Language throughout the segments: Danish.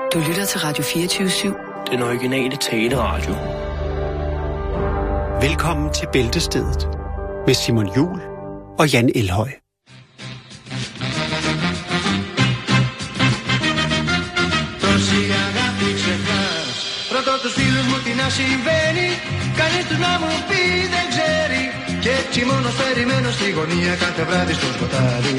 Du lytter til Radio 24/7. Den originale taleradio. Velkommen til Bæltestedet med Simon Juhl og Jan Elhøj. Τόση αγάπη ξεχνάς. Ρωτώ τους φίλους μου τι να συμβαίνει. Κανείς τους να μου πει δεν ξέρει. Και έτσι μόνος περιμένω στη γωνία κάθε βράδυ στο σκοτάδι.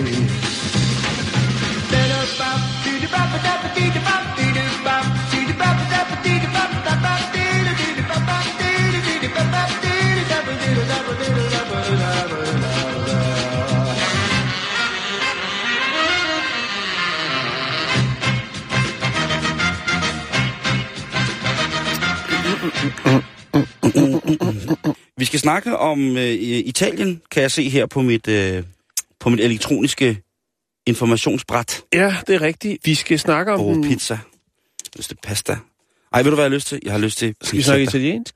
Vi skal snakke om Italien, kan jeg se her på mit elektroniske informationsbræt. Ja, det er rigtigt. Vi skal snakke om... pizza. Jeg har lyst til pasta. Ej, ved du hvad jeg har lyst til? Jeg har lyst til... Skal vi snakke italiensk?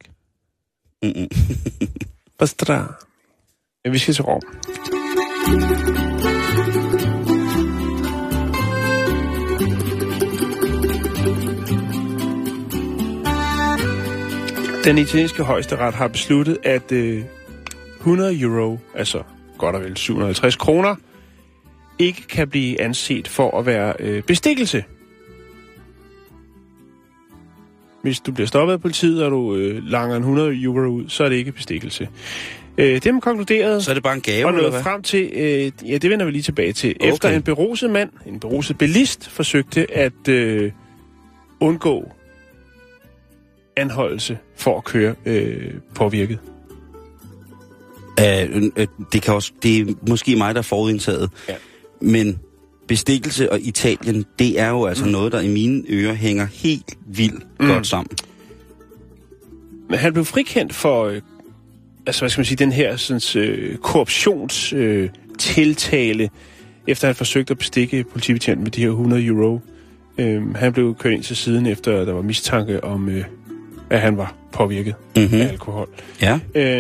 Pastra. Ja, vi skal til Rom. Den italienske højesteret har besluttet, at 100 euro, altså godt og vel 750 kroner, ikke kan blive anset for at være bestikkelse. Hvis du bliver stoppet af politiet, og du langer en 100 euro ud, så er det ikke bestikkelse. Det har man konkluderet. Så er det bare en gave, og nåede frem til, ja, det vender vi lige tilbage til. Okay. Efter en beruset mand, en beruset bilist, forsøgte at undgå anholdelse for at køre påvirket. Det er måske mig, der er forudindtaget. Ja. Men bestikkelse og Italien, det er jo altså noget, der i mine ører hænger helt vildt godt sammen. Men han blev frikendt for, altså hvad skal man sige, den her korruptionstiltale, efter han forsøgte at bestikke politibetjenten med de her 100 euro. Han blev kørt ind til siden, efter der var mistanke om, at han var påvirket af alkohol. Ja.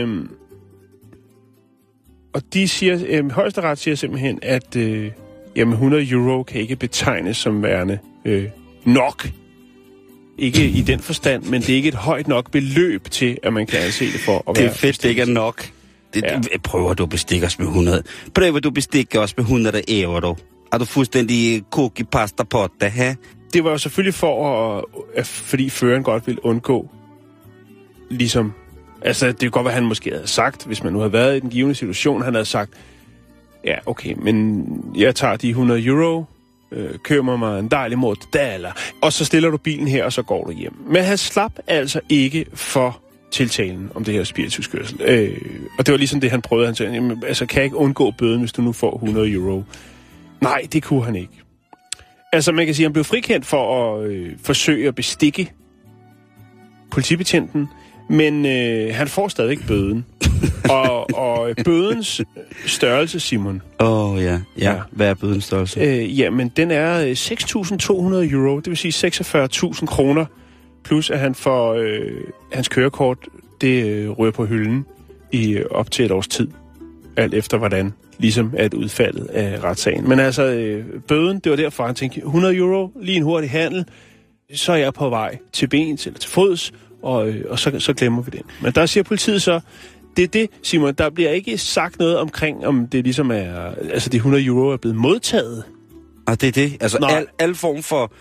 Og de siger, højesteret siger simpelthen, at 100 euro kan ikke betegnes som værende nok. Ikke i den forstand, men det er ikke et højt nok beløb til, at man kan anse det for at være... Det er fedt, det ikke er nok. Prøver du at bestikke os med 100? Prøver du at bestikke os med 100 euro? Er du fuldstændig cookie pasta potte, ha? Det var jo selvfølgelig fordi føreren godt ville undgå, ligesom... Altså, det kan godt være, han måske havde sagt, hvis man nu havde været i den givende situation, han havde sagt, ja, okay, men jeg tager de 100 euro, køber mig en dejlig mortadella, og så stiller du bilen her, og så går du hjem. Men han slap altså ikke for tiltalen om det her spirituskørsel. Og det var ligesom det, han prøvede. Han sagde, jamen, altså, kan jeg ikke undgå bøden, hvis du nu får 100 euro? Nej, det kunne han ikke. Altså, man kan sige, at han blev frikendt for at forsøge at bestikke politibetjenten, men han får stadigvæk bøden. og bødens størrelse, Simon. Ja. Hvad er bødens størrelse? Jamen, den er 6.200 euro, det vil sige 46.000 kroner, plus at han får hans kørekort, det ryger på hylden i op til et års tid. Alt efter hvordan, ligesom at udfaldet af retssagen. Men altså, bøden, det var derfor, han tænkte, 100 euro, lige en hurtig handel, så er jeg på vej til bens eller til fods, og så glemmer vi det. Men der siger politiet så, det er det, Simon, der bliver ikke sagt noget omkring, om det ligesom er, altså de 100 euro er blevet modtaget. Og det er det, altså al form for,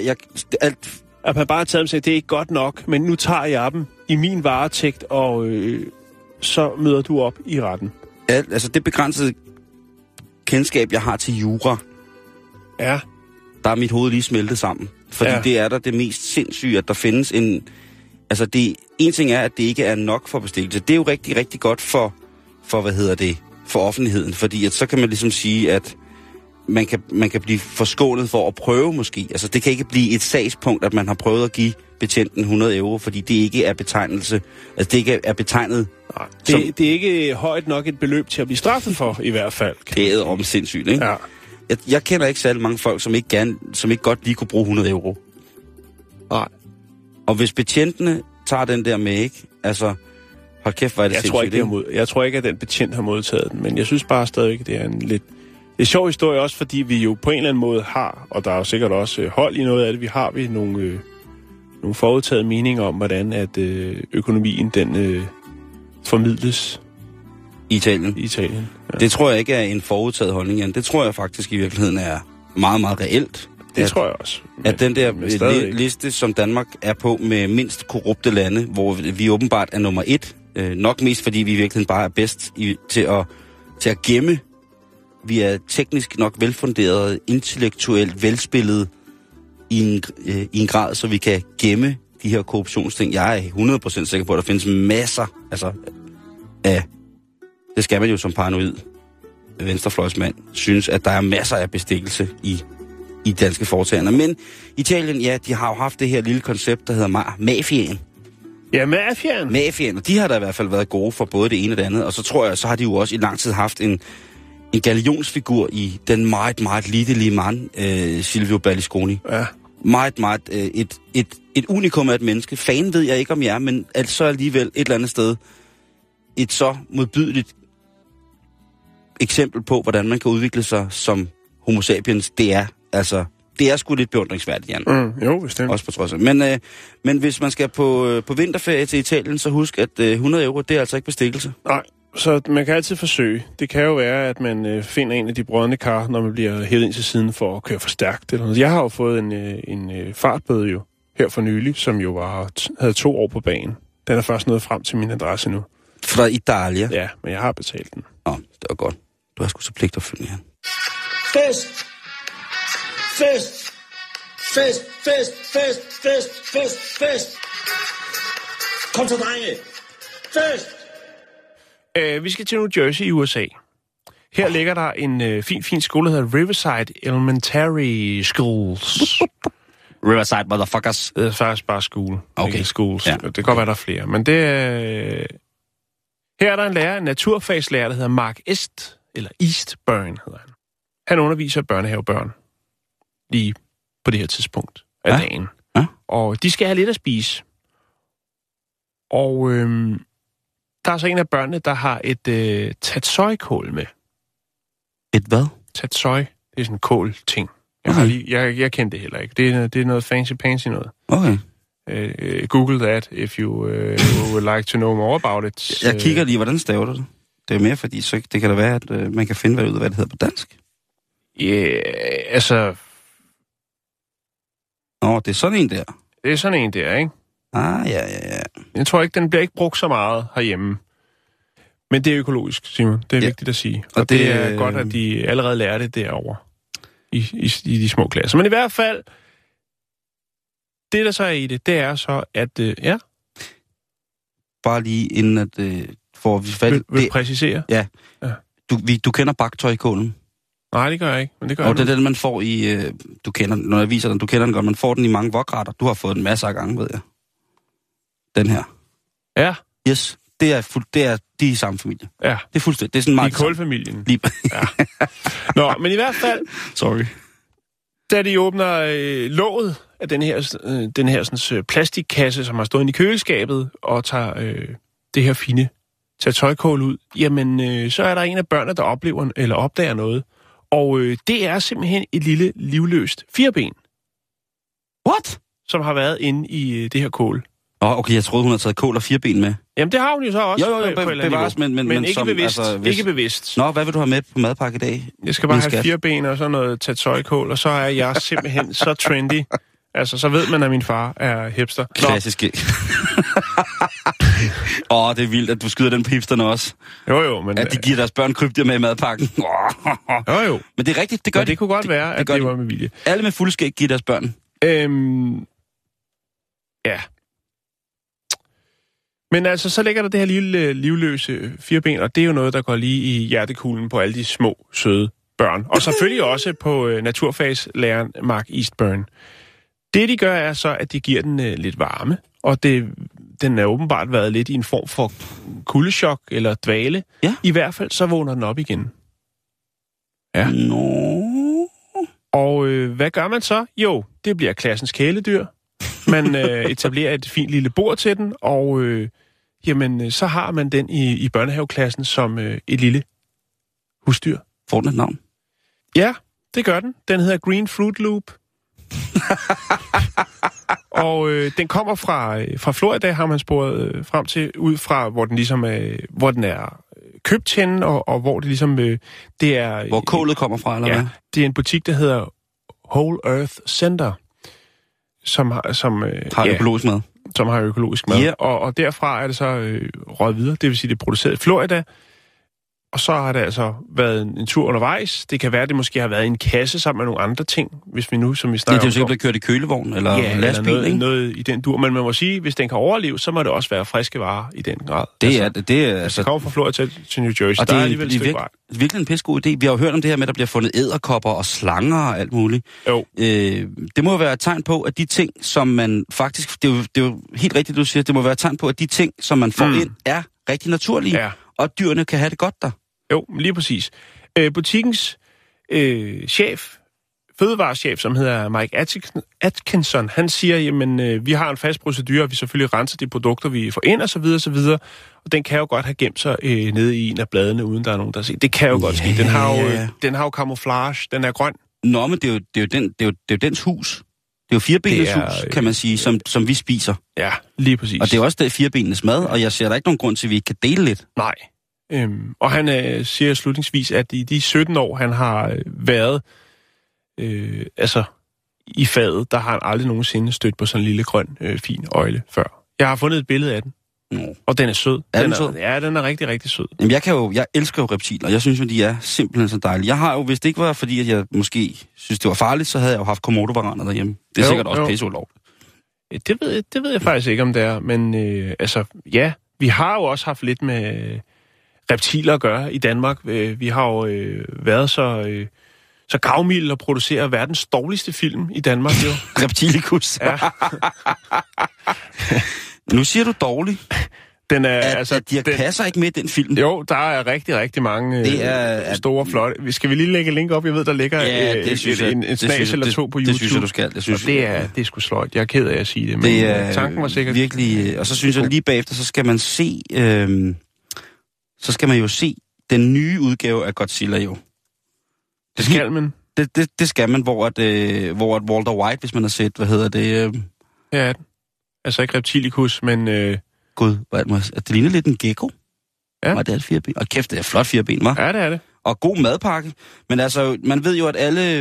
at man bare har taget dem og sagt, det er ikke godt nok, men nu tager jeg dem i min varetægt, og så møder du op i retten. Altså det begrænsede kendskab, jeg har til jura, ja, der er mit hoved lige smeltet sammen. Fordi det er der det mest sindssyge, at der findes en... Altså, en ting er, at det ikke er nok for bestikkelse. Det er jo rigtig, rigtig godt for for offentligheden. Fordi at så kan man ligesom sige, at man kan blive forskånet for at prøve måske. Altså, det kan ikke blive et sagspunkt, at man har prøvet at give betjenten 100 euro, fordi det ikke er betegnelse. Altså, det ikke er betegnet... Nej, det er ikke højt nok et beløb til at blive straffet for, i hvert fald. Det er om sindssygt, ikke? Ja. Jeg kender ikke særlig mange folk, som ikke godt lige kunne bruge 100 euro. Nej. Og hvis betjentene tager den der med, ikke? Altså, hold kæft, hvor er det sindssygt, Jeg tror ikke, at den betjent har modtaget den, men jeg synes bare stadigvæk, det er en Det er en sjov historie også, fordi vi jo på en eller anden måde har, og der er jo sikkert også hold i noget af det, vi har nogle forudtaget meninger om, hvordan at økonomien den formidles I Italien. Ja. Det tror jeg ikke er en forudtaget holdning, Jan. Det tror jeg faktisk i virkeligheden er meget, meget reelt. Det tror jeg også. At den der liste, som Danmark er på med mindst korrupte lande, hvor vi åbenbart er nummer 1, nok mest fordi vi i virkeligheden bare er bedst til at gemme. Vi er teknisk nok velfunderet, intellektuelt velspillet i en grad, så vi kan gemme de her korruptionsting. Jeg er 100% sikker på, at der findes masser af... Det skal man jo som paranoid venstrefløjsmand synes, at der er masser af bestikkelse i danske foretagender. Men Italien, ja, de har jo haft det her lille koncept, der hedder mafiaen. Ja, mafiaen. Mafiaen, og de har da i hvert fald været gode for både det ene og det andet. Og så tror jeg, så har de jo også i lang tid haft en galionsfigur i den meget, meget lidelige mand, Silvio Berlusconi. Ja. Meget, meget et unikum af et menneske. Fan ved jeg ikke, om jeg er, men altså alligevel et eller andet sted et så modbydeligt eksempel på, hvordan man kan udvikle sig som homo sapiens. Det er sgu lidt beundringsværdigt, Jan. Jo, bestemt. Også på trods af. Men hvis man skal på vinterferie til Italien, så husk, at 100 euro, det er altså ikke bestikkelse. Nej. Så man kan altid forsøge. Det kan jo være, at man finder en af de brødne kar, når man bliver hævet ind til siden for at køre for stærkt. Eller noget. Jeg har jo fået en fartbøde jo her for nylig, som jo havde 2 år på banen. Den er først nået frem til min adresse nu. Fra Italia? Ja, men jeg har betalt den. Nå, det var godt. Du har sgu så pligtopfyldende her. Fest! Fest! Fest! Fest! Fest! Fest! Fest! Fest! Kom så, drenge! Fest! Vi skal til New Jersey i USA. Her ligger der en fin skole, der hedder Riverside Elementary Schools. Riverside motherfuckers. Det er faktisk bare skole. Okay. Schools. Ja. Det kan godt være, der er flere. Men det her er der en lærer, en naturfagslærer, der hedder Mark Eastburn, hedder han. Han underviser børnehavebørn lige på det her tidspunkt af dagen. Ja. Og de skal have lidt at spise. Og der er så en af børnene, der har et tatsoi-kål med. Et hvad? Tatsoi, det er sådan en kål-ting. Jeg kendte det heller ikke. Det er noget fancy noget. Okay. Google that, if you would like to know more about it. Jeg kigger lige, hvordan staver du det? Det er mere, fordi så det kan da være, at man kan finde ud af, hvad det hedder på dansk. Ja, altså... Nå, det er sådan en der. Det er sådan en der, ikke? Ja. Jeg tror ikke, den bliver ikke brugt så meget herhjemme. Men det er økologisk, Simon. Det er vigtigt at sige. Og det er godt, at de allerede lærer det derovre i de små klasser. Men i hvert fald, det der så er i det er så, at... Bare lige inden at... får vi fat... Vil præcisere? Ja. Du kender baktøjkålen? Nej, det gør jeg ikke, men det gør jeg. Og det er den, man får i... du kender den, når jeg viser den. Du kender den godt. Man får den i mange wokretter. Du har fået den masser af gange, ved jeg. Den her. Ja. Yes. Det er de i samme familie. Ja. Det er fuldstændig. Det er sådan meget... I kålfamilien. Lige... ja. Nå, men i hvert fald... Sorry. Da de åbner låget af den her sådan, plastikkasse, som har stået inde i køleskabet, og tager det her fine tøjkål ud, jamen, så er der en af børnene, der opdager noget. Og det er simpelthen et lille livløst firben. What? Som har været inde i det her kål. Okay, jeg troede, hun havde taget kål og firben med. Jamen, det har hun jo så også. Jo, bevares, men ikke som, bevidst. Altså, ikke bevidst. Nå, hvad vil du have med på madpakke i dag? Jeg skal bare have firben og sådan noget tatsøjkål, og så er jeg simpelthen så trendy. Altså, så ved man, at min far er hipster. Klassisk. Det er vildt, at du skyder den på hipsterne også. Jo, men... At de giver deres børn krybdyr med i madpakken. Jo. Men det er rigtigt, det gør det kunne godt være, at det var med vilje. Alle med fuldskæg giver deres børn. Ja. Men altså, så ligger der det her lille livløse firben, og det er jo noget, der går lige i hjertekuglen på alle de små, søde børn. Og selvfølgelig også på naturfagslæreren Mark Eastburn. Det, de gør, er så, at de giver den lidt varme, og den er åbenbart været lidt i en form for kuldechok eller dvale. Ja. I hvert fald, så vågner den op igen. Ja. No. Og hvad gør man så? Jo, det bliver klassens kæledyr. Man etablerer et fint lille bord til den, og jamen, så har man den i børnehaveklassen som et lille husdyr. Får den et navn? Ja, det gør den. Den hedder Green Fruit Loop. Og den kommer fra Florida, har man sporet frem til, ud fra, hvor den ligesom hvor den er købt henne, og hvor det ligesom det er... Hvor kålet kommer fra, eller hvad? Ja, det er en butik, der hedder Whole Earth Center, som har økologisk mad. Som har økologisk mad. Yeah. Og derfra er det så røget videre, det vil sige, det er produceret i Florida. Og så har det altså været en tur undervejs. Det kan være, at det måske har været i en kasse sammen med nogle andre ting, hvis vi nu, som vi snakker om... Det er jo sikkert blevet kørt i kølevogn eller lastbil, eller ikke? noget i den dur. Men man må sige, hvis den kan overleve, så må det også være friske varer i den grad. Det er hvis det kommer fra Florida til New Jersey, og der det er alligevel et stykke vej. Virkelig en pissegod idé. Vi har jo hørt om det her med, at der bliver fundet edderkopper og slanger og alt muligt. Jo. Det må jo være et tegn på, at de ting, som man faktisk... Det er jo helt rigtigt, du siger. Det må være et tegn på, at de ting, som man får ind, er rigtig naturlige. Ja. Og dyrene kan have det godt der. Jo, lige præcis. Butikkens fødevarechef, som hedder Mike Atkinson, han siger, jamen, vi har en fast procedure, og vi selvfølgelig renser de produkter, vi får ind, og så videre, så videre. Og den kan jo godt have gemt sig nede i en af bladene, uden der er nogen, der ser. Det kan jo godt ske. Den har jo camouflage, den er grøn. Nå, men det er jo dens hus. Det er jo firebenes hus, kan man sige, som vi spiser. Ja, lige præcis. Og det er også det firebenes mad, og jeg ser der ikke nogen grund til, at vi ikke kan dele lidt. Nej. Og han siger slutningsvis, at i de 17 år, han har været i faget, der har han aldrig nogensinde stødt på sådan en lille grøn, fin øgle før. Jeg har fundet et billede af den, og den er sød. Er den sød? Ja, den er rigtig, rigtig sød. Jamen, jeg elsker jo reptiler. Jeg synes jo, de er simpelthen så dejlige. Jeg har jo, hvis det ikke var, fordi at jeg måske synes, det var farligt, så havde jeg jo haft komodo-varaner derhjemme. Det er sikkert også pisseulovligt. Det ved jeg faktisk ikke, om det er, men ja, vi har jo også haft lidt med reptiler at gøre i Danmark. Vi har jo været så gavmilde at producere verdens dårligste film i Danmark, jo. Reptilicus. Ja. Nu siger du dårlig. Den er, at Dirch Passer ikke med i den film. Jo, der er rigtig, rigtig mange store, flotte. Skal vi lige lægge link op? Jeg ved, der ligger en snas eller to på YouTube. Det synes jeg, du skal. Det er sgu sløjt. Jeg er ked af at sige det, men tanken var sikkert... Virkelig, og så synes jeg lige bagefter, så skal man se... så skal man jo se den nye udgave af Godzilla jo. Det skal man. Det skal man, hvor Walter White, hvis man har set, Ja, altså ikke Reptilicus, men... Gud, det ligner lidt en gecko. Ja. Og det er et fireben. Og kæft, det er flot fireben, hva'? Ja, det er det. Og god madpakke. Men altså, man ved jo, at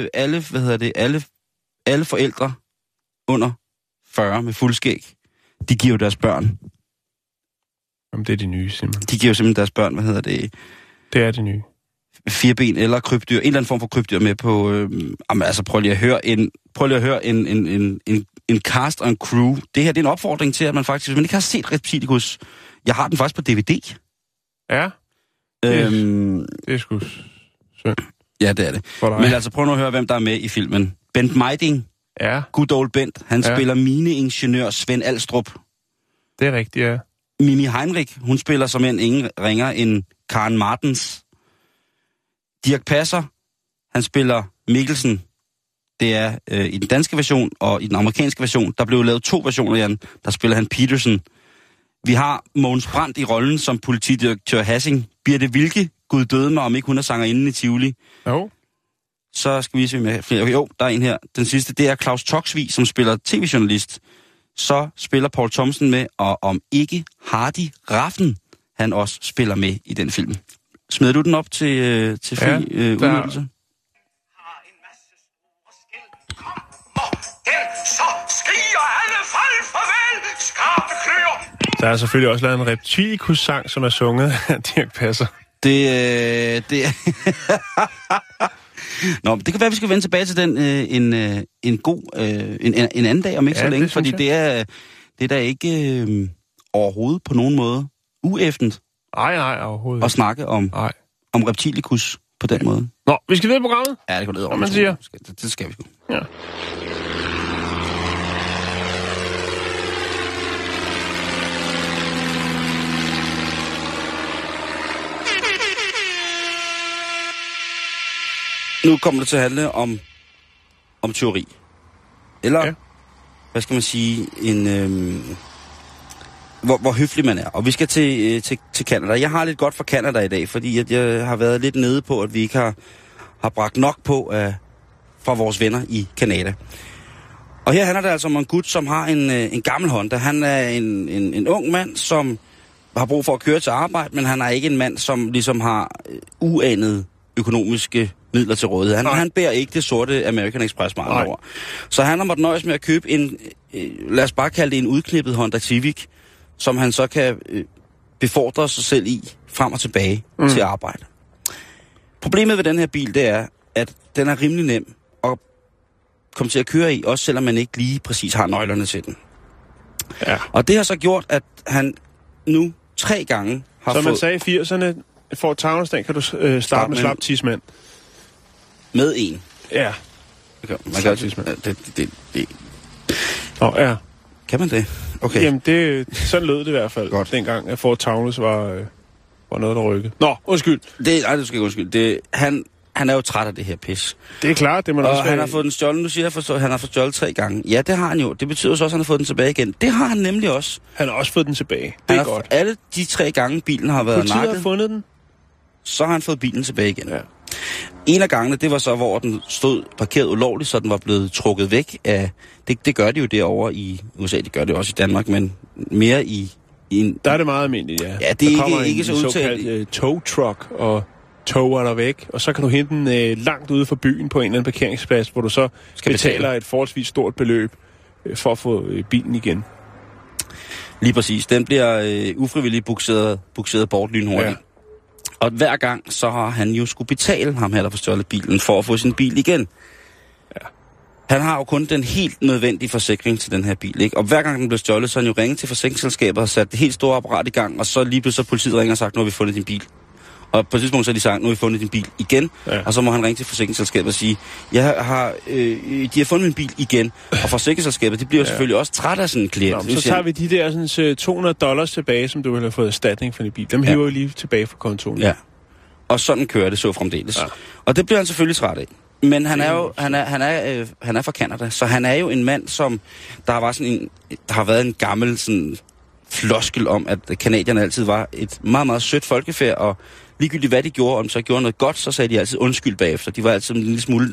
alle forældre under 40 med fuldskæg, de giver jo deres børn. Jamen, det er det nye, simpelthen. De giver jo simpelthen deres børn, Det er det nye. Fireben eller krybdyr, en eller anden form for krybdyr med på... prøv lige at høre en cast og en crew. Det her, det er en opfordring til, at man faktisk... Hvis man ikke har set Reptilicus... Jeg har den faktisk på DVD. Ja. Det er sgu synd. Ja, det er det. Men altså, prøv nu at høre, hvem der er med i filmen. Bent Mejding. Ja. Good old Bent. Han spiller mineingeniør Svend Alstrup. Det er rigtigt, ja. Mimi Heinrich, hun spiller som ingen ringer end Karen Martens. Dirch Passer, han spiller Mikkelsen. Det er i den danske version og i den amerikanske version. Der blev lavet 2 versioner, Jan. Der spiller han Petersen. Vi har Mogens Brandt i rollen som politidirektør Hassing. Birte Wilke, Gud døde mig, om ikke hun er sangerinde i Tivoli. Jo. Så skal vi se med flere. Okay, jo, der er en her. Den sidste, det er Claus Toksvig, som spiller tv-journalist. Så spiller Paul Thomsen med, og om ikke Hardy Raffen, han også spiller med i den film. Smider du den op til fri udnyttelse? Der er selvfølgelig også lavet en Reptilicus-sang, som er sunget af Dirch Passer. Det Nå, det kan være, vi skal vende tilbage til den en anden dag, om ikke så længe, fordi det er da ikke overhovedet på nogen måde uæftent. Nej, overhovedet. At snakke om Reptilicus på den måde. Nå, vi skal videre på programmet? Ja, det kan det man siger. Det skal vi sgu. Ja. Nu kommer det til at handle om teori. Eller, hvad skal man sige, hvor høflig man er. Og vi skal til Canada. Jeg har lidt godt for Canada i dag, fordi at jeg har været lidt nede på, at vi ikke har bragt nok på fra vores venner i Canada. Og her handler det altså om en gut, som har en gammel Honda. Han er en ung mand, som har brug for at køre til arbejde, men han er ikke en mand, som ligesom har uanede økonomiske midler til rådighed. Han bærer ikke det sorte American Express meget over. Så han har måttet nøjes med at købe lad os bare kalde det en udknippet Honda Civic, som han så kan befordre sig selv i frem og tilbage til arbejde. Problemet ved den her bil, det er, at den er rimelig nem at komme til at køre i, også selvom man ikke lige præcis har nøglerne til den. Ja. Og det har så gjort, at han nu 3 gange har fået... Så man sagde i 80'erne, for Tavlesdag kan du starte med slap tidsmand. Med en. Ja. Okay, man kan det. Ja. Kan man det? Okay. Jamen, sådan lød det i hvert fald. Godt. Dengang, at Ford Taunus var noget, der rykkede. Nå, undskyld. Nej, du skal ikke undskylde. Han er jo træt af det her pis. Det er klart, det må også være. Han har fået den stjålet, nu siger jeg, han har fået stjålet 3 gange. Ja, det har han jo. Det betyder så også, at han har fået den tilbage igen. Det har han nemlig også. Han har også fået den tilbage. Det er godt. Alle de 3 gange, bilen har været nakket. Politiet har fundet den? Så har han fået bilen tilbage igen. Ja. En af gangene, det var så, hvor den stod parkeret ulovligt, så den var blevet trukket væk af... Det gør de jo derovre i USA, det gør det også i Danmark, men mere i en... Der er det meget almindeligt, ja. Ja, det er ikke så udtalt. Der tow truck, og tower der væk, og så kan du hente den langt ude for byen på en eller anden parkeringsplads, hvor du så betaler et forholdsvis stort beløb for at få bilen igen. Lige præcis. Den bliver ufrivilligt bukseret bort lynhurtigt. Ja. Og hver gang, så har han jo skulle betale ham her, der får stjålet bilen, for at få sin bil igen. Ja. Han har jo kun den helt nødvendige forsikring til den her bil, ikke? Og hver gang den bliver stjålet, så har han jo ringet til forsikringsselskabet og sat det helt store apparat i gang, og så lige pludselig politiet ringer og sagt, nu har vi fundet din bil. Og på et tidspunkt så har de sagt, nu har vi fundet din bil igen, og så må han ringe til forsikringsselskabet og sige, de har fundet min bil igen. Og forsikringsselskabet, de bliver jo selvfølgelig også træt af sådan en klient. Nå, så tager vi de der sådan, $200 tilbage, som du ville have fået erstatning for din bil. Dem hiver vi lige tilbage fra kontoen. Ja, og sådan kører det så fremdeles. Ja. Og det bliver han selvfølgelig træt af. Men han er jo han er fra Canada, så han er jo en mand, som der har været en gammel sådan floskel om, at canadierne altid var et meget, meget sødt folkefærd, og ligegyldigt hvad de gjorde, om så gjorde noget godt, så sagde de altid undskyld bagefter. De var altid en lille smule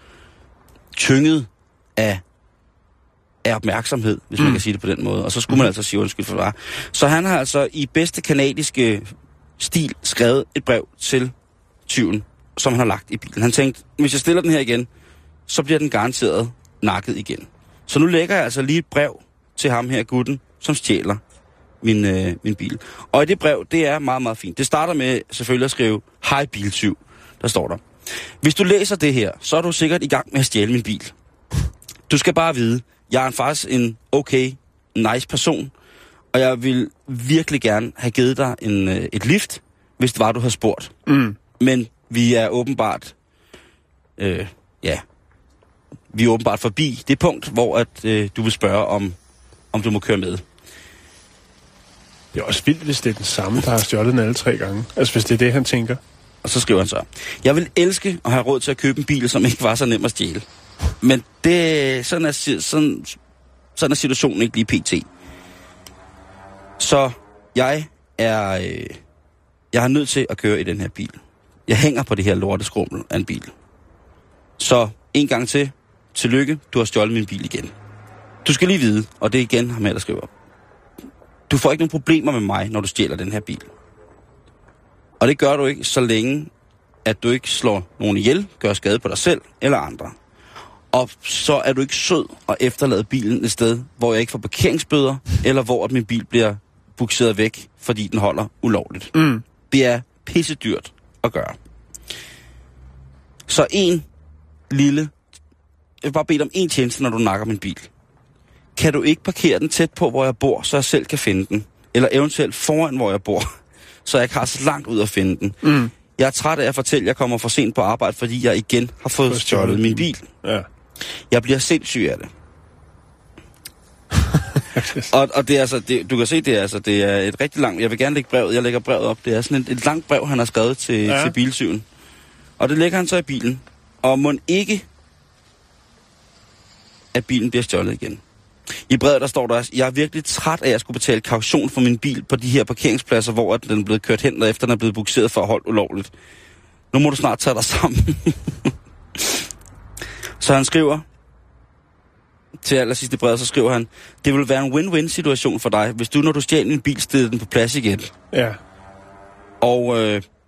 tynget af opmærksomhed, hvis man kan sige det på den måde. Og så skulle man altså sige undskyld for det. Så han har altså i bedste canadiske stil skrevet et brev til tyven, som han har lagt i bilen. Han tænkte, hvis jeg stiller den her igen, så bliver den garanteret nakket igen. Så nu lægger jeg altså lige et brev til ham her, gutten, som stjæler min bil. Og i det brev, det er meget, meget fint. Det starter med selvfølgelig at skrive, hej biltyv, der står der. Hvis du læser det her, så er du sikkert i gang med at stjæle min bil. Du skal bare vide, jeg er faktisk en okay, nice person, og jeg vil virkelig gerne have givet dig et lift, hvis det var, du havde spurgt. Men vi er åbenbart, vi er åbenbart forbi det punkt, hvor at, du vil spørge, om du må køre med. Det er også vildt, hvis det er den samme, der har stjålet den alle 3 gange. Altså, hvis det er det, han tænker. Og så skriver han så, jeg vil elske at have råd til at købe en bil, som ikke var så nem at stjæle. Men sådan er situationen ikke lige pt. Så jeg er nødt til at køre i den her bil. Jeg hænger på det her lorteskrummel af en bil. Så en gang til, tillykke, du har stjålet min bil igen. Du skal lige vide, og det er igen ham her, der skriver, du får ikke nogen problemer med mig, når du stjæler den her bil. Og det gør du ikke, så længe, at du ikke slår nogen ihjel, gør skade på dig selv eller andre. Og så er du ikke sød at efterlade bilen et sted, hvor jeg ikke får parkeringsbøder, eller hvor min bil bliver bukseret væk, fordi den holder ulovligt. Det er pissedyrt at gøre. Så jeg vil bare bede om en tjeneste, når du nakker min bil. Kan du ikke parkere den tæt på, hvor jeg bor, så jeg selv kan finde den? Eller eventuelt foran, hvor jeg bor, så jeg ikke har så langt ud at finde den. Jeg er træt af at fortælle, at jeg kommer for sent på arbejde, fordi jeg igen har fået stjålet min bil. Ja. Jeg bliver sindssyg af det. og det er altså, du kan se, det er et rigtig langt, jeg vil gerne lægge brevet, jeg lægger brevet op, det er sådan et langt brev, han har skrevet til biltyven. Og det lægger han så i bilen, og må ikke, at bilen bliver stjålet igen. I brevet der står der, jeg er virkelig træt af, at jeg skulle betale kaution for min bil på de her parkeringspladser, hvor den er blevet kørt hen, og efter den er blevet bukseret for at holde ulovligt. nu må du snart tage dig sammen. Så han skriver, til allersidste brev, så skriver han, det vil være en win-win situation for dig, hvis du, når du stjæler en bil, stiller den på plads igen. Ja. Og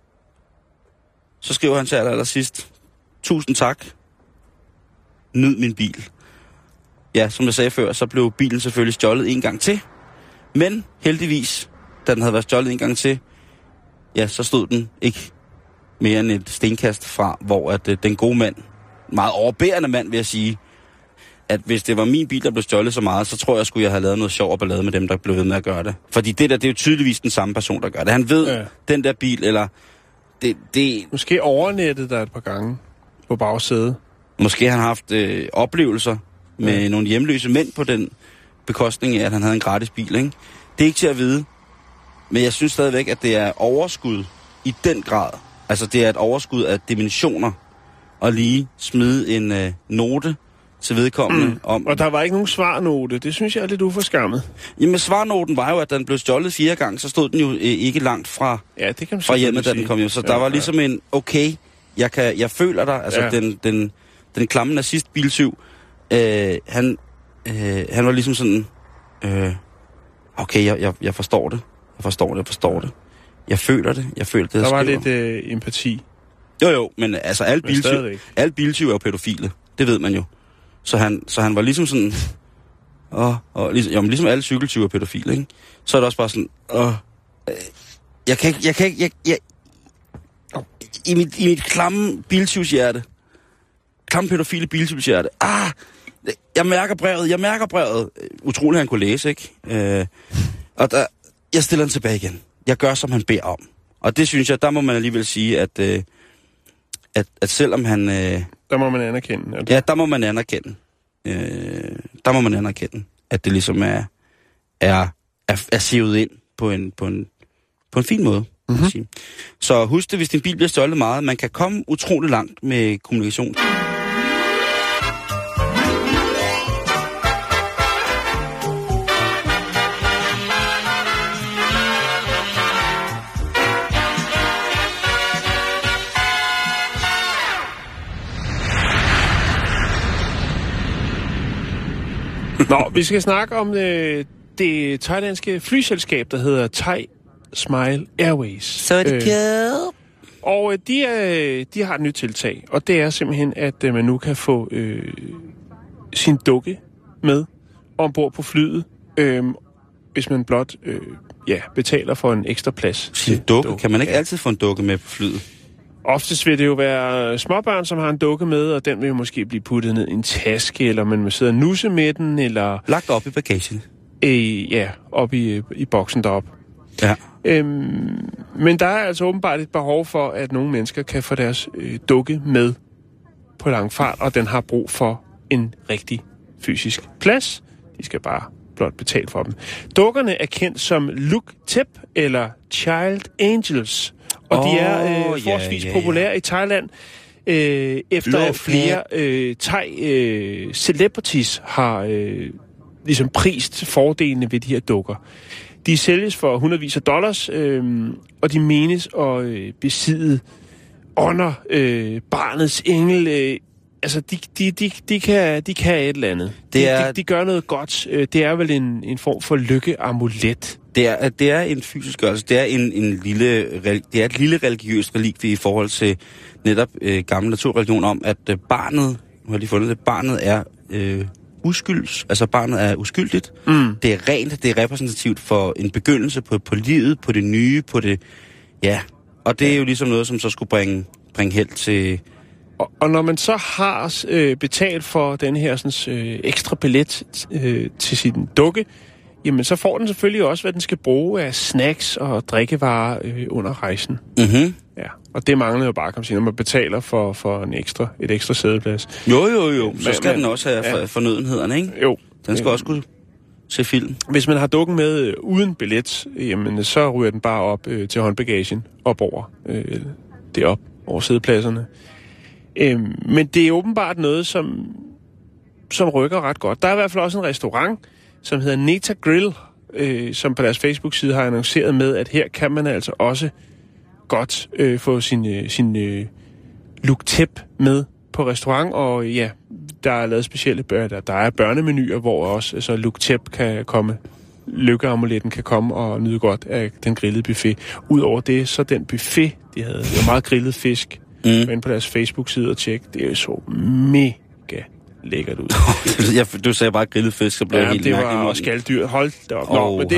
så skriver han til allersidst, 1000 tak, nyd min bil. Ja, som jeg sagde før, så blev bilen selvfølgelig stjålet en gang til. Men heldigvis, da den havde været stjålet en gang til, ja, så stod den ikke mere end et stenkast fra, hvor at den gode mand, meget overbærende mand vil jeg sige, at hvis det var min bil, der blev stjålet så meget, så tror jeg, skulle jeg have lavet noget sjov og ballade med dem, der blev ved med at gøre det. Fordi det der, det er jo tydeligvis den samme person, der gør det. Han ved, den der bil, eller det... Måske overnettet der et par gange på bagsædet. Måske han har haft oplevelser med nogle hjemløse mænd på den bekostning af, at han havde en gratis bil, ikke? Det er ikke til at vide. Men jeg synes stadigvæk, at det er overskud i den grad. Altså, det er et overskud af dimensioner at lige smide en note til vedkommende om... Og der var ikke nogen svarnote. Det synes jeg er lidt uforskammet. Jamen, svarnoten var jo, at den blev stjålet 4 gange, så stod den jo ikke langt fra, det kan fra hjemmet, da den kom hjem. Så der var ligesom en, okay, jeg føler dig, altså den klamme nazist-biltyv, han var ligesom sådan, okay, jeg forstår det. Jeg føler det. Der var lidt empati. Jo, men altså alle biltyv er jo pædofile. Det ved man jo. Så han var ligesom sådan, ligesom alle cykeltyve er pædofile, ikke? Så er det også bare sådan, jeg kan ikke, i mit klamme biltyvshjerte, klamme pædofile biltyvshjerte, jeg mærker brevet. Utroligt, han kunne læse, ikke? Og jeg stiller den tilbage igen. Jeg gør, som han beder om. Og det synes jeg, der må man alligevel sige, at selvom han... der må man anerkende. Altså. Ja, der må man anerkende. At det ligesom er sivet ind på en fin måde. Mm-hmm. Så husk det, hvis din bil bliver stjålet meget. Man kan komme utrolig langt med kommunikation. Nå, vi skal snakke om det thailandske flyselskab, der hedder Thai Smile Airways. Så er det cool. Og de har et nyt tiltag, og det er simpelthen, at man nu kan få sin dukke med ombord på flyet, hvis man blot betaler for en ekstra plads. Sin dukke? Kan man ikke altid få en dukke med på flyet? Oftest vil det jo være småbørn, som har en dukke med, og den vil jo måske blive puttet ned i en taske, eller man vil sidde og nusse med den, eller... Lagt op i bagagen? Op i boksen deroppe. Ja. Men der er altså åbenbart et behov for, at nogle mennesker kan få deres dukke med på lang fart, og den har brug for en rigtig fysisk plads. De skal bare blot betale for dem. Dukkerne er kendt som Look Tip eller Child Angels, og de er forholdsvis populære i Thailand, efter at flere Thai-celebrities har ligesom prist fordelene ved de her dukker. De sælges for hundredvis af dollars, og de menes at besidde ånder, barnets engel. Altså, de kan et eller andet. De gør noget godt. Det er vel en form for lykkeamulet. Det er en fysisk gørelse. Det er et lille religiøst relikvie i forhold til netop gammel naturreligion om, at barnet, nu har jeg lige fundet det, barnet er altså barnet er uskyldigt. Mm. Det er rent, det er repræsentativt for en begyndelse på livet, på det nye, på det, ja. Og det er jo ligesom noget, som så skulle bringe held til... Og når man så har betalt for den her ekstra billet til sin dukke, jamen så får den selvfølgelig også, hvad den skal bruge af snacks og drikkevarer under rejsen. Mm-hmm. Ja, og det mangler jo bare, kan man sige, når man betaler for et ekstra sædeplads. Jo. Så skal den også have fornødenhederne, ikke? Jo. Den skal også kunne se film. Hvis man har dukken med uden billet, jamen så ryger den bare op til håndbagagen, op over derop over sædepladserne. Men det er åbenbart noget, som rykker ret godt. Der er i hvert fald også en restaurant, som hedder Neta Grill, som på deres Facebook-side har annonceret med, at her kan man altså også godt få sin lugtep med på restaurant, og ja, der er lavet specielle der er børnemenuer, hvor også altså, lugtep kan komme, lykkeamuletten kan komme og nyde godt af den grillede buffet. Udover det, så den buffet, de havde jo meget grillet fisk, inde på deres Facebook-side og tjek, det så mega lækkert ud. Du sagde bare grillet fisk, så blev helt det var også skalddyr. Hold da op. Men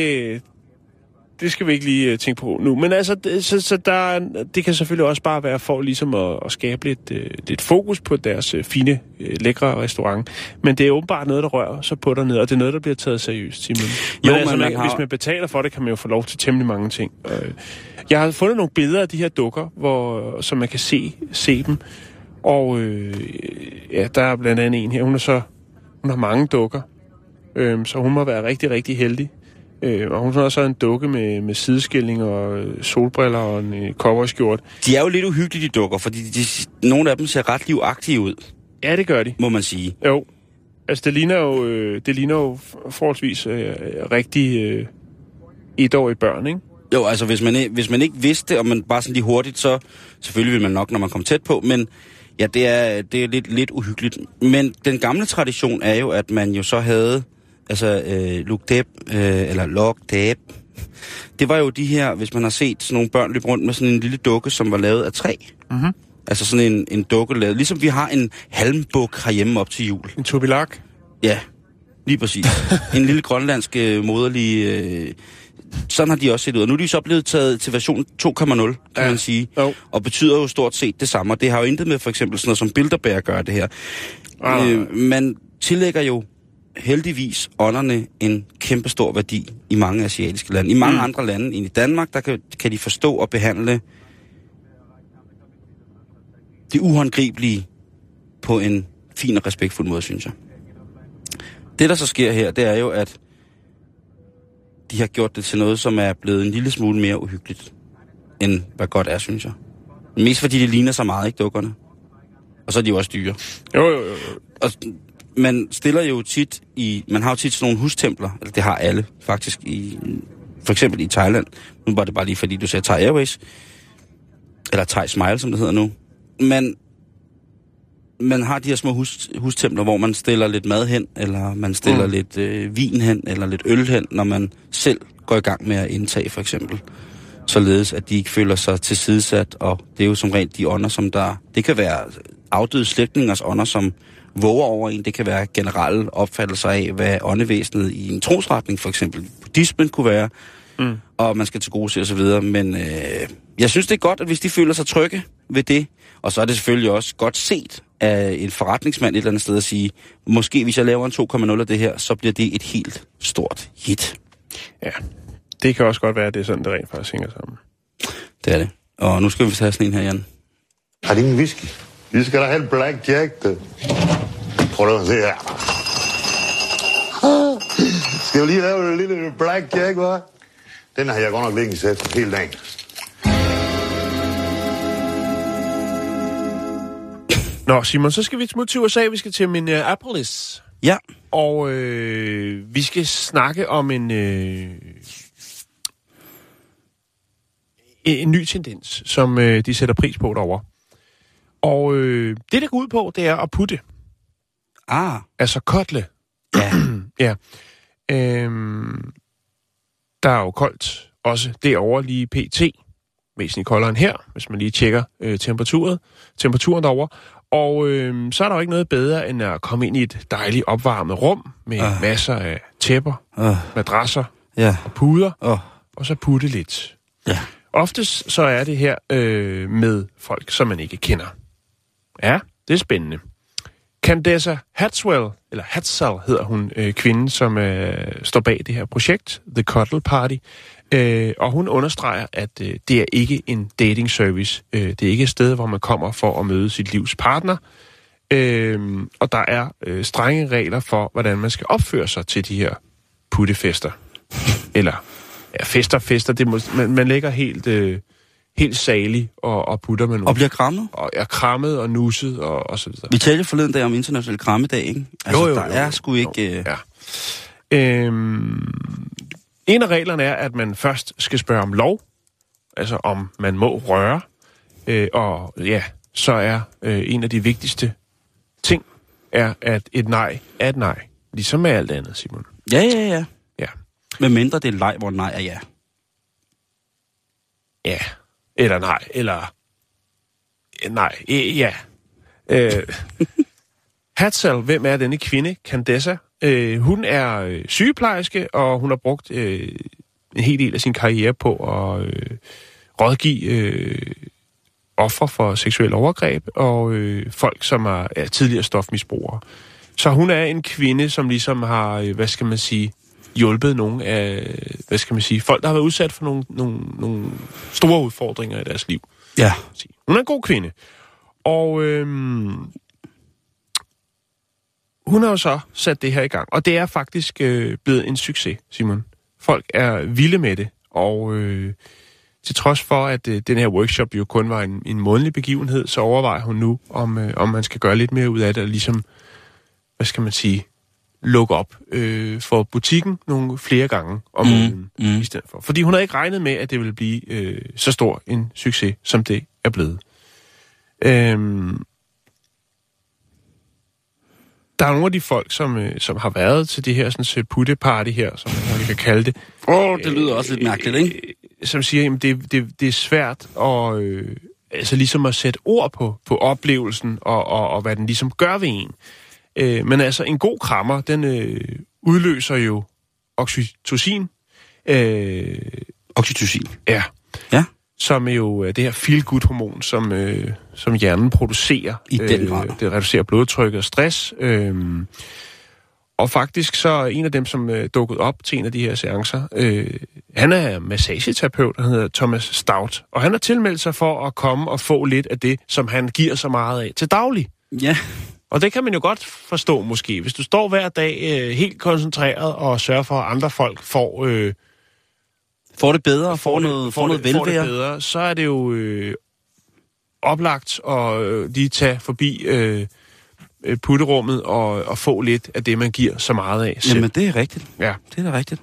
det skal vi ikke lige tænke på nu. Men altså, det kan selvfølgelig også bare være for ligesom at skabe lidt fokus på deres fine, lækre restaurant. Men det er åbenbart noget, der rører sig på dernede, og det er noget, der bliver taget seriøst, Simon. Men altså, hvis man betaler for det, kan man jo få lov til temmelig mange ting. Jeg har fundet nogle billeder af de her dukker, så man kan se dem. Og der er blandt andet en her. Hun har mange dukker, så hun må være rigtig, rigtig heldig. Og hun har også en dukke med sideskilling og solbriller og en cowboyskjort. De er jo lidt uhyggelige, de dukker, fordi nogle af dem ser ret livagtige ud. Ja, det gør de. Må man sige. Jo. Altså, det ligner jo forholdsvis rigtig etårige børn, ikke? Jo, altså hvis man ikke vidste, og man bare sådan lige hurtigt, så selvfølgelig vil man nok, når man kommer tæt på, men ja, det er lidt uhyggeligt. Men den gamle tradition er jo, at man jo så havde lugtep, eller lugtep. Det var jo de her, hvis man har set sådan nogle børn løbe rundt med sådan en lille dukke, som var lavet af træ. Mm-hmm. Altså sådan en dukke lavet, ligesom vi har en halmbuk herhjemme op til jul. En tubilak? Ja, lige præcis. En lille grønlandsk moderlig... sådan har de også set ud. Og nu er de så blevet taget til version 2.0, kan man sige. Jo. Og betyder jo stort set det samme. Og det har jo intet med for eksempel sådan noget som Bilderberg at gøre det her. Man tillægger jo heldigvis ånderne en kæmpestor værdi i mange asiatiske lande. I mange andre lande end i Danmark, der kan de forstå og behandle det uhåndgribelige på en fin og respektfuld måde, synes jeg. Det, der så sker her, det er jo, at de har gjort det til noget, som er blevet en lille smule mere uhyggeligt, end hvad godt er, synes jeg. Mest fordi det ligner så meget, ikke, dukkerne? Og så er de jo også dyre. Jo. Og man stiller jo tit man har jo tit sådan nogle hustempler, eller det har alle faktisk, for eksempel i Thailand. Nu var det bare lige fordi, du sagde Thai Airways, eller Thai Smile, som det hedder nu. Men man har de her små hustempler, hvor man stiller lidt mad hen, eller man stiller lidt vin hen, eller lidt øl hen, når man selv går i gang med at indtage, for eksempel. Således, at de ikke føler sig tilsidesat, og det er jo som regel de ånder, som det kan være afdøde slægtningers ånder, som våger over en. Det kan være generelle opfattelser af, hvad åndevæsenet i en trosretning, for eksempel buddhismen, kunne være, og man skal til gode se og så videre. Men jeg synes, det er godt, at hvis de føler sig trygge ved det, og så er det selvfølgelig også godt set af en forretningsmand et eller andet sted at sige, måske hvis jeg laver en 2.0 af det her, så bliver det et helt stort hit. Ja, det kan også godt være, at det er sådan, det rent faktisk hænger sammen. Det er det. Og nu skal vi tage sådan en her, Jan. Har de ingen whisky? Vi skal da have en Black Jack, da. Prøv at se her. Skal vi lige lave en lille Black Jack, hva'? Den har jeg godt nok længe sat hele dagen. Nå, Simon, så skal vi smutte til USA. Vi skal til Minneapolis. Ja. Og vi skal snakke om en ny tendens, som de sætter pris på derovre. Og det, der går ud på, det er at putte. Altså kotle. Ja. Ja. Der er jo koldt også derovre lige pt. Væsentligt koldere end her, hvis man lige tjekker temperaturen derovre. Og så er der jo ikke noget bedre, end at komme ind i et dejligt opvarmet rum med masser af tæpper, madrasser og puder, og så putte lidt. Ja. Oftest så er det her med folk, som man ikke kender. Ja, det er spændende. Candace Hatswell, eller Hatsell hedder hun, kvinden, som står bag det her projekt, The Cuddle Party. Og hun understreger, at det er ikke en dating service. Det er ikke et sted, hvor man kommer for at møde sit livs partner. Og der er strenge regler for, hvordan man skal opføre sig til de her puttefester. Eller fester. Det man ligger helt salig og putter med nogen. Og bliver krammet? Og er krammet og nusset og så videre. Vi talte forleden dag om international krammedag, ikke? Altså, jo. Der er sgu ikke... Ja. En af reglerne er, at man først skal spørge om lov. altså om man må røre. Og ja, så er en af de vigtigste ting, er, at et nej er et nej. Ligesom med alt andet, Simon. Ja. Ja. Med mindre det er leg, hvor nej er ja. Ja. Eller nej. Eller nej. Ja. Hatzel, hvem er denne kvinde? Candessa. Hun er sygeplejerske, og hun har brugt en hel del af sin karriere på at rådgive ofre for seksuelle overgreb og folk, som er tidligere stofmisbrugere. Så hun er en kvinde, som ligesom har, hjulpet nogle af, folk, der har været udsat for nogle store udfordringer i deres liv. Ja. Hun er en god kvinde. Og hun har jo så sat det her i gang. Og det er faktisk blevet en succes, Simon. Folk er vilde med det. Og til trods for, at den her workshop jo kun var en månedlig begivenhed, så overvejer hun nu, om man skal gøre lidt mere ud af det, og ligesom, lukke op for butikken nogle flere gange om måneden i stedet for. Fordi hun havde ikke regnet med, at det ville blive så stor en succes, som det er blevet. Der er nogle af de folk, som har været til det her sådan putteparty her, som man kan kalde det. Det lyder også lidt mærkeligt, ikke? Som siger, at det er svært at ligesom at sætte ord på oplevelsen og hvad den ligesom gør ved en. Men altså, en god krammer, den udløser jo oxytocin. Oxytocin? Ja. Ja. Som er jo det her feel-good-hormon, som hjernen producerer. I den grad. Det reducerer blodtrykket og stress. Og faktisk så er en af dem, som dukkede op til en af de her seancer, han er massageterapeut, han hedder Thomas Stout. Og han har tilmeldt sig for at komme og få lidt af det, som han giver så meget af til daglig. Ja. Og det kan man jo godt forstå måske. Hvis du står hver dag helt koncentreret og sørger for, at andre folk får det bedre og får noget velvære, så er det jo oplagt at lige tage forbi putterummet og få lidt af det, man giver så meget af selv. Jamen, det er rigtigt. Ja. Det er da rigtigt.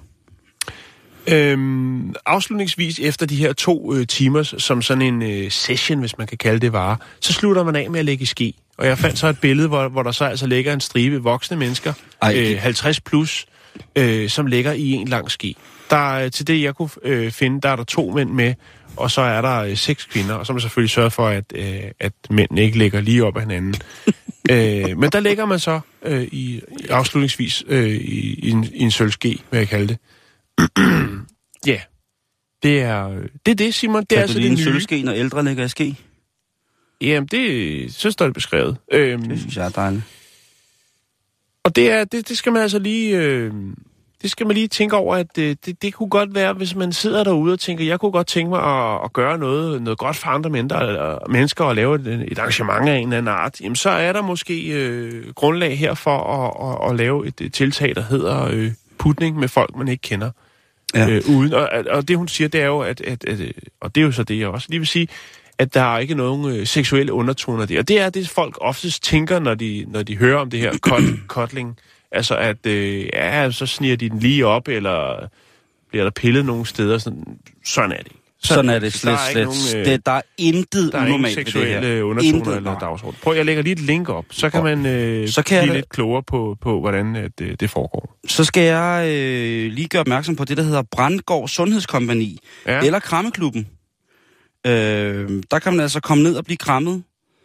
Afslutningsvis efter de her 2 timer, som sådan en session, hvis man kan kalde det var, så slutter man af med at lægge i ske. Og jeg fandt så et billede, hvor der så altså ligger en stribe voksne mennesker, 50 plus, som ligger i en lang ske. Der, til det, jeg kunne finde, der er der 2 mænd med, og så er der 6 kvinder, og så må man selvfølgelig sørge for, at mændene ikke ligger lige op ad hinanden. Men der ligger man så afslutningsvis i en sølvske, hvad jeg kalder det. Ja, det er det, Simon. Det er altså det nye. En sølvske, når ældre ligger i ske? Jamen, så står det beskrevet. Det synes jeg er dejligt. Og det skal man altså lige... Det skal man lige tænke over, at det kunne godt være, hvis man sidder derude og tænker, jeg kunne godt tænke mig at gøre noget godt for andre mennesker og lave et arrangement af en eller anden art. Jamen, så er der måske grundlag her for at lave et tiltag, der hedder putning med folk, man ikke kender. Ja. Uden. Og det, hun siger, det er jo, at og det er jo så det, jeg også lige vil sige, at der er ikke nogen seksuelle undertoner der. Og det er det, folk oftest tænker, når de hører om det her cuddling. Altså, at så sniger de den lige op, eller bliver der pillet nogle steder. Sådan er det ikke. Sådan er det slet. Der er intet unormalt ved det her. Der er ingen seksuelle undertoner eller dagsorden. Prøv, jeg lægger lige et link op, så kan man blive lidt klogere på hvordan det foregår. Så skal jeg lige gøre opmærksom på det, der hedder Brandgård Sundhedskompagni, eller Krammeklubben. Der kan man altså komme ned og blive krammet.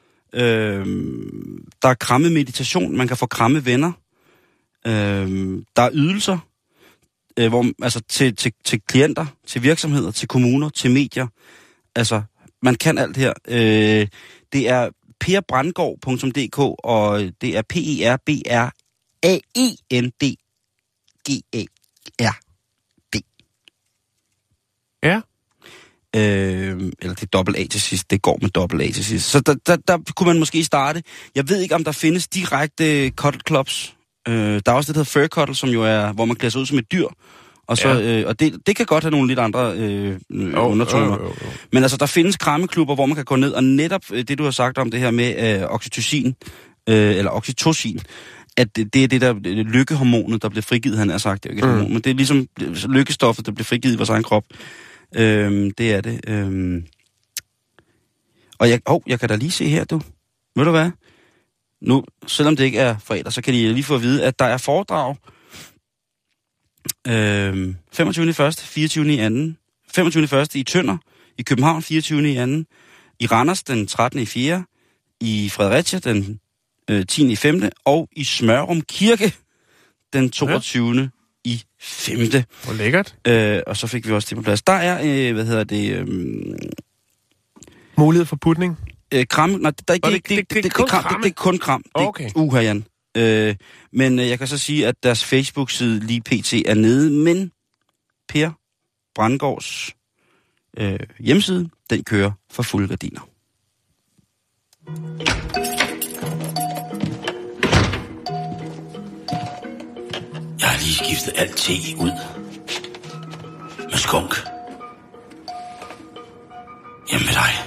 Der er krammemeditation, man kan få krammevenner. Der er ydelser, altså til klienter, til virksomheder, til kommuner, til medier. Altså, man kan alt her. Det er perbrandgaard.dk, og det er PERBRANDGARD. Ja. Eller det er dobbelt A til sidst. Det går med dobbelt A til sidst. Så der kunne man måske starte. Jeg ved ikke, om der findes direkte cuddle clubs. Der er også det, der hedder fur cuddle, som jo er, hvor man klæder sig ud som et dyr. Og, så, og det kan godt have nogle lidt andre undertoner. Men altså, der findes krammeklubber, hvor man kan gå ned, og netop det, du har sagt om det her med oxytocin, eller oxytocin, at det er det der lykkehormonet, der bliver frigivet, han har sagt. Det er ikke et hormon, men det er ligesom lykkestoffet, der bliver frigivet i vores egen krop. Det er det. Og jeg kan da lige se her, du. Ved du hvad? Nu, selvom det ikke er fredag, så kan de lige få at vide, at der er foredrag 25. 1., 24. i 2., 25. 1. i Tønder, i København 24. i 2., i Randers den 13. i 4., i Fredericia den 10. i 5., og i Smørum Kirke den 22. i 5. Hvor lækkert. Og så fik vi også det på plads. Der er, mulighed for putning? Kram. Nej, det er kun kram. Okay. Jan. Men jeg kan så sige, at deres Facebook-side lige pt. Er nede, men Per Brandgaards hjemmeside, den kører for fulde gardiner. Jeg har lige skiftet alt te ud med skunk. Hjemme med dig.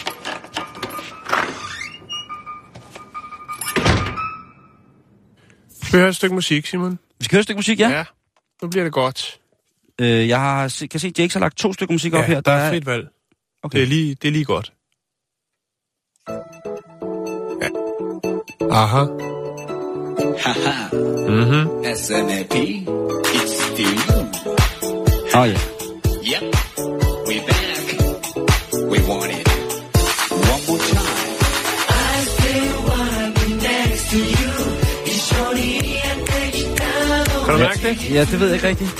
Vi hører et stykke musik, Simon. Vi skal høre et stykke musik, ja? Ja, nu bliver det godt. Jeg kan se, at Jakes har lagt 2 stykker musik op her. Der er frit valg. Okay. Det er lige godt. Ja. Aha. Haha. Mhm. SNAP, it's still you. Ja. Yep, we back. We want it. One more time. I still wanna be next to you. Kan du mærke det? Ja, det ved jeg ikke rigtigt.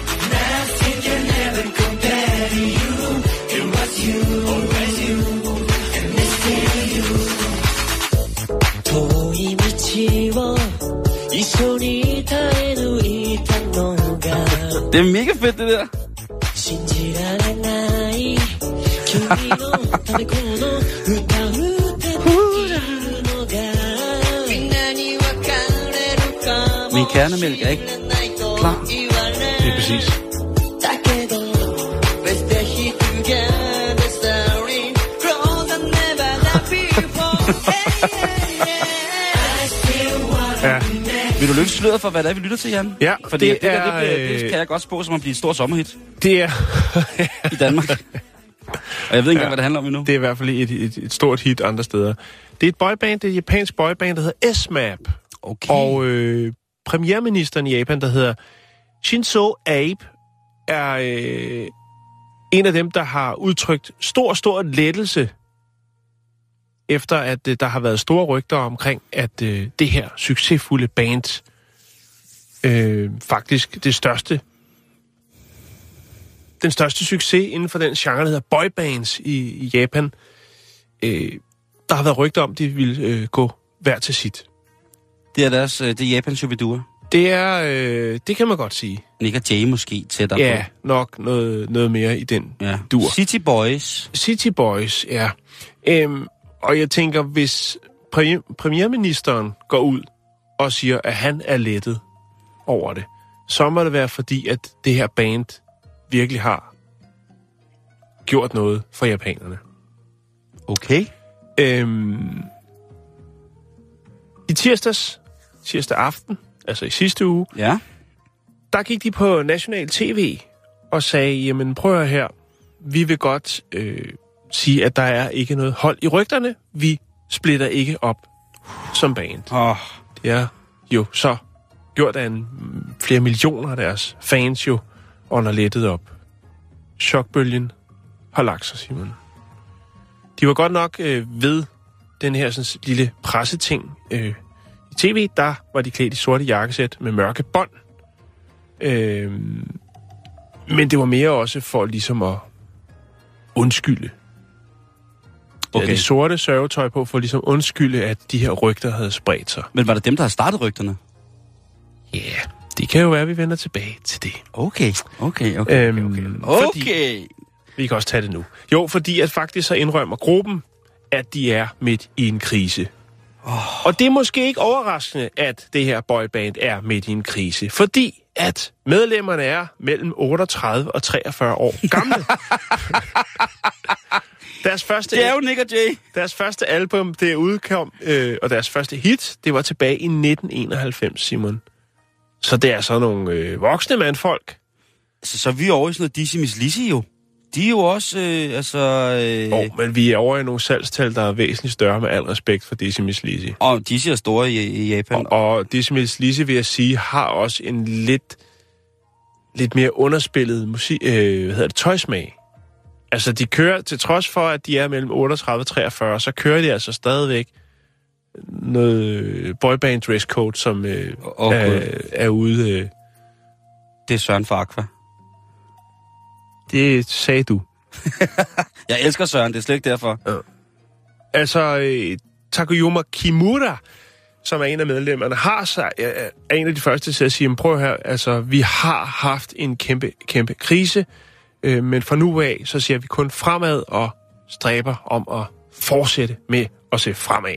Det er mega fedt, det der. Min kernemælk er ikke klar. Det er præcis. Ja. Vil du løfte sløret for, hvad det er, vi lytter til, Jan? Ja, fordi det kan jeg godt spå, som at blive et stort sommerhit det er i Danmark. Og jeg ved ikke engang, hvad det handler om endnu. Det er i hvert fald et stort hit andre steder. Det er et boyband, det er et japansk boyband, der hedder SMAP. Okay. Og premierministeren i Japan, der hedder Shinzo Abe, er en af dem, der har udtrykt stor lettelse, efter at der har været store rygter omkring, at det her succesfulde band, faktisk den største succes inden for den genre, der hedder boybands i Japan, der har været rygter om, de ville gå hver til sit. Det er det er Japans Shubidua. Det kan man godt sige. Nick og Jay måske tættere på. Ja, nok noget mere i den dur. City Boys, ja. Og jeg tænker, hvis premierministeren går ud og siger, at han er lettet over det, så må det være fordi, at det her band virkelig har gjort noget for japanerne. Okay. I tirsdag aften, altså i sidste uge, ja, der gik de på national tv og sagde, jamen prøv her, vi vil godt sige, at der er ikke noget hold i rygterne. Vi splitter ikke op som band. Det er jo så gjort af flere millioner af deres fans jo under lettet op. Chokbølgen har lagt sig, Simon. De var godt nok ved den her sådan, lille presseting i tv. Der var de klædt i sorte jakkesæt med mørke bånd. Men det var mere også for ligesom at undskylde. Okay. Det sorte sørgetøj på for ligesom undskylde, at de her rygter havde spredt sig. Men var det dem, der havde startet rygterne? Ja, yeah, det kan jo være, at vi vender tilbage til det. Okay. Fordi, vi kan også tage det nu. Jo, fordi at faktisk så indrømmer gruppen, at de er midt i en krise. Og det er måske ikke overraskende, at det her boyband er midt i en krise. Fordi at medlemmerne er mellem 38 og 43 år gamle. Det er jo Nick og Jay. Deres første album, det udkom, og deres første hit, det var tilbage i 1991, Simon. Så det er sådan nogle voksne mandfolk. Så er vi over i sådan noget Dizzy Miss Lizzy jo. De er jo også, men vi er over i nogle salgstal, der er væsentligt større med al respekt for Decimus Lizzy. Og de er store i Japan. Og Decimus Lizzy, vil jeg sige, har også en lidt mere underspillet tøjsmag. Altså, de kører, til trods for, at de er mellem 38 og 43, så kører de altså stadigvæk noget boyband dresscode, som er ude... Det er Søren for Aqua. Det sagde du. Jeg elsker Søren, det er slet ikke derfor. Ja. Altså, Takayuma Kimura, som er en af medlemmerne, er en af de første til at sige, prøv her, altså, vi har haft en kæmpe krise, men fra nu af, så ser vi kun fremad og stræber om at fortsætte med at se fremad.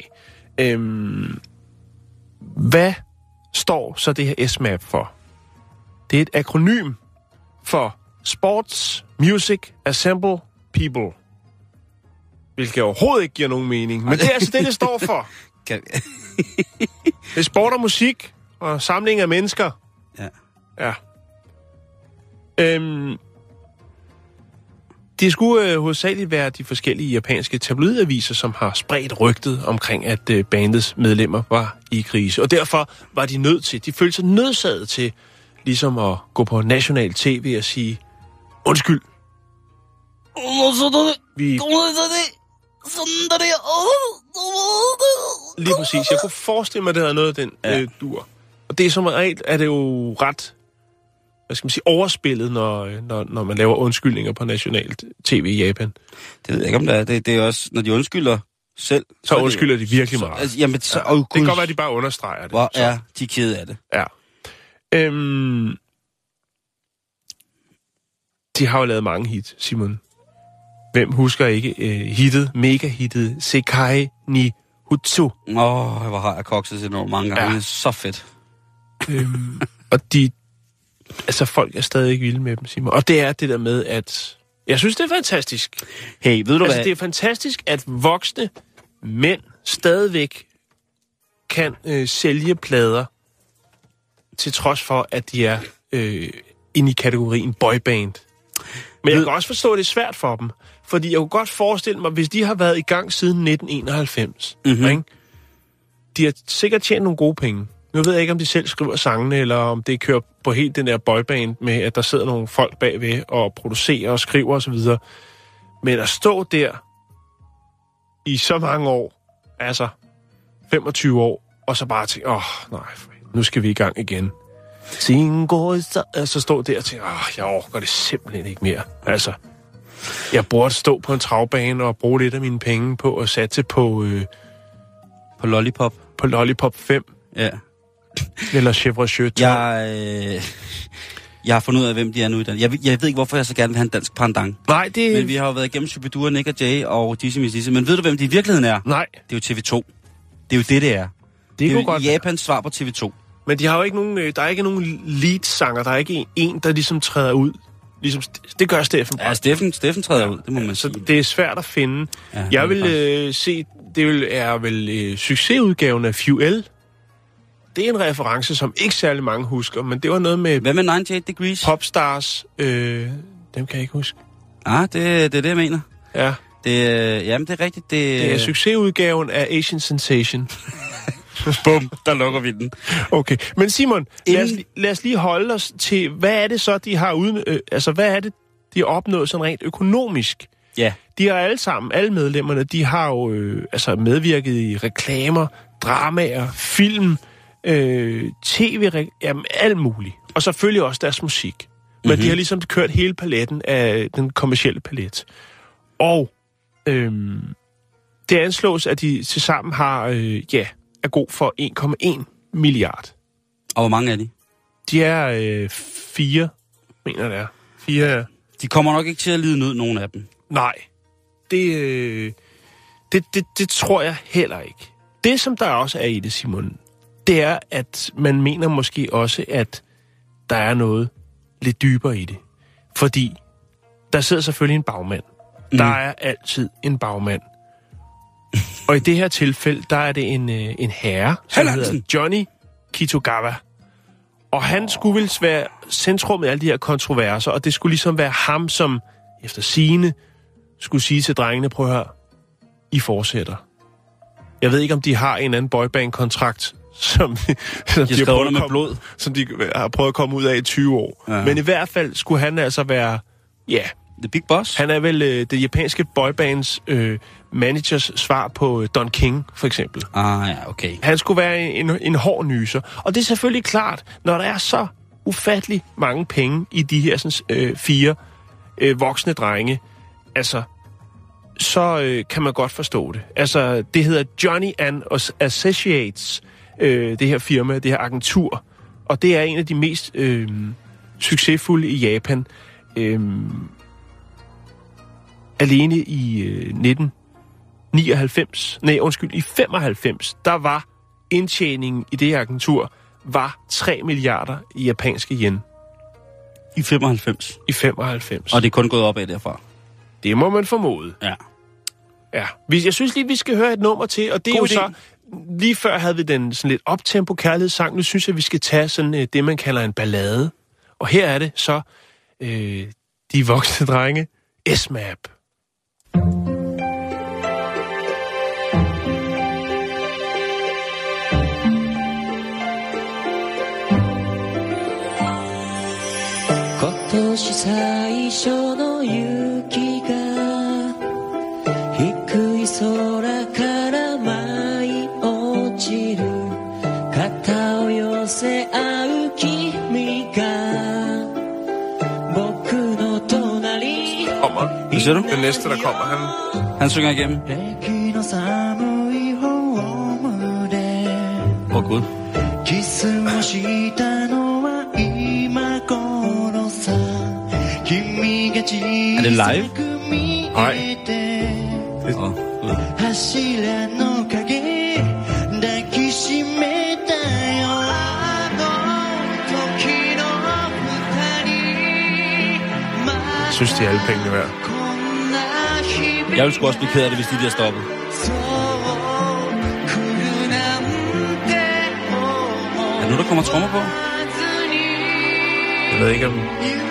Hvad står så det her SMAP for? Det er et akronym for Sports Music Assemble People. Hvilket overhovedet ikke giver nogen mening. Men det er altså det står for. Det er sport og musik og samling af mennesker. Ja. Det skulle hovedsageligt være de forskellige japanske tabloidaviser, som har spredt rygtet omkring, at bandets medlemmer var i krise. Og derfor var de følte sig nødsaget til ligesom at gå på national tv og sige, undskyld. Lige præcis. Jeg kunne forestille mig, at det havde noget af den dur. Og det er som regel, er det jo ret, hvad skal man sige, overspillet, når man laver undskyldninger på nationalt tv i Japan. Det ved jeg ikke, om det er. Det er også, når de undskylder selv. Så undskylder de virkelig meget. Altså, jamen, så, det kan godt være, at de bare understreger det. Hvor er de kede af det? Ja. De har jo lavet mange hit, Simon. Hvem husker ikke mega-hittet Sekai ni Hutsu? Hvor har jeg kokset til nogle mange gange. Ja. Så fedt. Og folk er stadig ikke vilde med dem, Simon. Og det er det der med, at jeg synes, det er fantastisk. Hey, ved du hvad? Det er fantastisk, at voksne mænd stadigvæk kan sælge plader, til trods for, at de er inde i kategorien boyband. Men jeg kan også forstå, at det er svært for dem. Fordi jeg kunne godt forestille mig, hvis de har været i gang siden 1991, ikke? De har sikkert tjent nogle gode penge. Nu ved jeg ikke, om de selv skriver sangene, eller om det kører på helt den der boyband med, at der sidder nogle folk bagved og producerer og skriver osv. Men at stå der i så mange år, altså 25 år, og så bare tænke, nu skal vi i gang igen. Så stå der til, jeg orker det simpelthen ikke mere. Altså, jeg burde stå på en travbane og bruge lidt af mine penge på at satse på Lollipop. På Lollipop 5. Ja. Eller Chevrolet 12. Jeg har fundet ud af, hvem de er nu i den. Jeg ved ikke, hvorfor jeg så gerne vil have en dansk pandang. Nej, det... Men vi har jo været igennem Shubidua, Nick og Jay og Decimus Lizzy. Men ved du, hvem de i virkeligheden er? Nej. Det er jo TV2. Det er jo det er. Det er jo godt Japans svar på TV2. Men de har jo ikke nogen, der er ikke nogen lead-sanger. Der er ikke en, der ligesom træder ud. Ligesom, det gør Steffen. Ja, Steffen træder ud, det må man sige. Så det er svært at finde. Ja, jeg vil se, det er vel succesudgaven af Fuel. Det er en reference, som ikke særlig mange husker, men det var noget med... Hvad med 98 Degrees? Popstars. Dem kan jeg ikke huske. Det er det, jeg mener. Ja. Jamen, det er rigtigt. Det er succesudgaven af Asian Sensation. Bum, der lukker vi den. Okay, men Simon, lad os lige holde os til, hvad er det så, de har hvad er det, de har opnået sådan rent økonomisk? Ja. De har alle medlemmerne, de har jo medvirket i reklamer, dramaer, film, tv, jamen alt muligt. Og selvfølgelig også deres musik. Men de har ligesom kørt hele paletten af den kommercielle palet. Og det anslås, at de tilsammen har, er god for 1,1 milliard. Og hvor mange er de? De er 4, mener det er. 4. De kommer nok ikke til at lide nød, nogen af dem. Nej. Det tror jeg heller ikke. Det, som der også er i det, Simon, det er, at man mener måske også, at der er noget lidt dybere i det. Fordi der sidder selvfølgelig en bagmand. Der er altid en bagmand. Og i det her tilfælde, der er det en herre, som hedder Johnny Kitogawa. Og han skulle vel være centrum i alle de her kontroverser, og det skulle ligesom være ham, som efter sigende skulle sige til drengene, prøv at høre, I fortsætter. Jeg ved ikke, om de har en anden boyband-kontrakt, som de har prøvet med blod, som de har prøvet at komme ud af i 20 år. Ja. Men i hvert fald skulle han altså være, The Big Boss. Han er vel det japanske boybands managers svar på Don King, for eksempel. Okay. Han skulle være en hård nyser. Og det er selvfølgelig klart, når der er så ufattelig mange penge i de her sådan, 4 voksne drenge, altså, så kan man godt forstå det. Altså, det hedder Johnny and Associates, det her firma, det her agentur, og det er en af de mest succesfulde i Japan. Alene i 95, der var indtjeningen i det her agentur var 3 milliarder i japanske yen. I 95? I 95. Og det er kun gået opad derfra? Det må man formode. Ja. Ja. Jeg synes lige, vi skal høre et nummer til, og det er jo så... Lige før havde vi den sådan lidt optempo kærlighedssang. Nu synes jeg, vi skal tage sådan det, man kalder en ballade. Og her er det så de voksne drenge, S-Map. Hvad siger du? Den næste, der kommer, han synger igennem. Gud. Er det live? Nej. Jeg synes, de er alle pengene værd. Jeg ville sgu også blive ked af det, hvis de bliver stoppet. Er det nu, der kommer trommer på? Jeg ved ikke, om...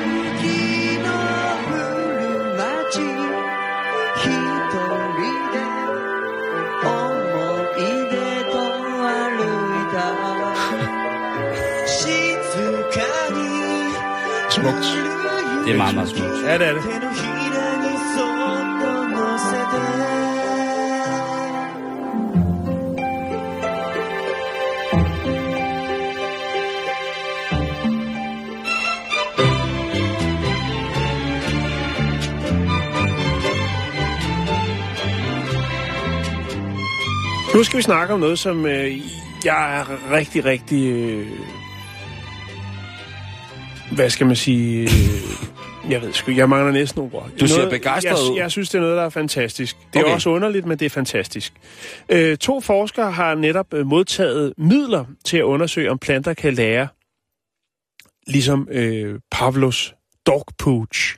Smukt. Det er meget, meget smukt. Ja, det er det. Nu skal vi snakke om noget, som jeg er rigtig, hvad skal man sige... Jeg ved sgu, jeg mangler næsten ord. Du ser begejstret ud. Jeg synes, det er noget, der er fantastisk. Det er også underligt, men det er fantastisk. 2 forskere har netop modtaget midler til at undersøge, om planter kan lære, ligesom Pavlos dog pooch,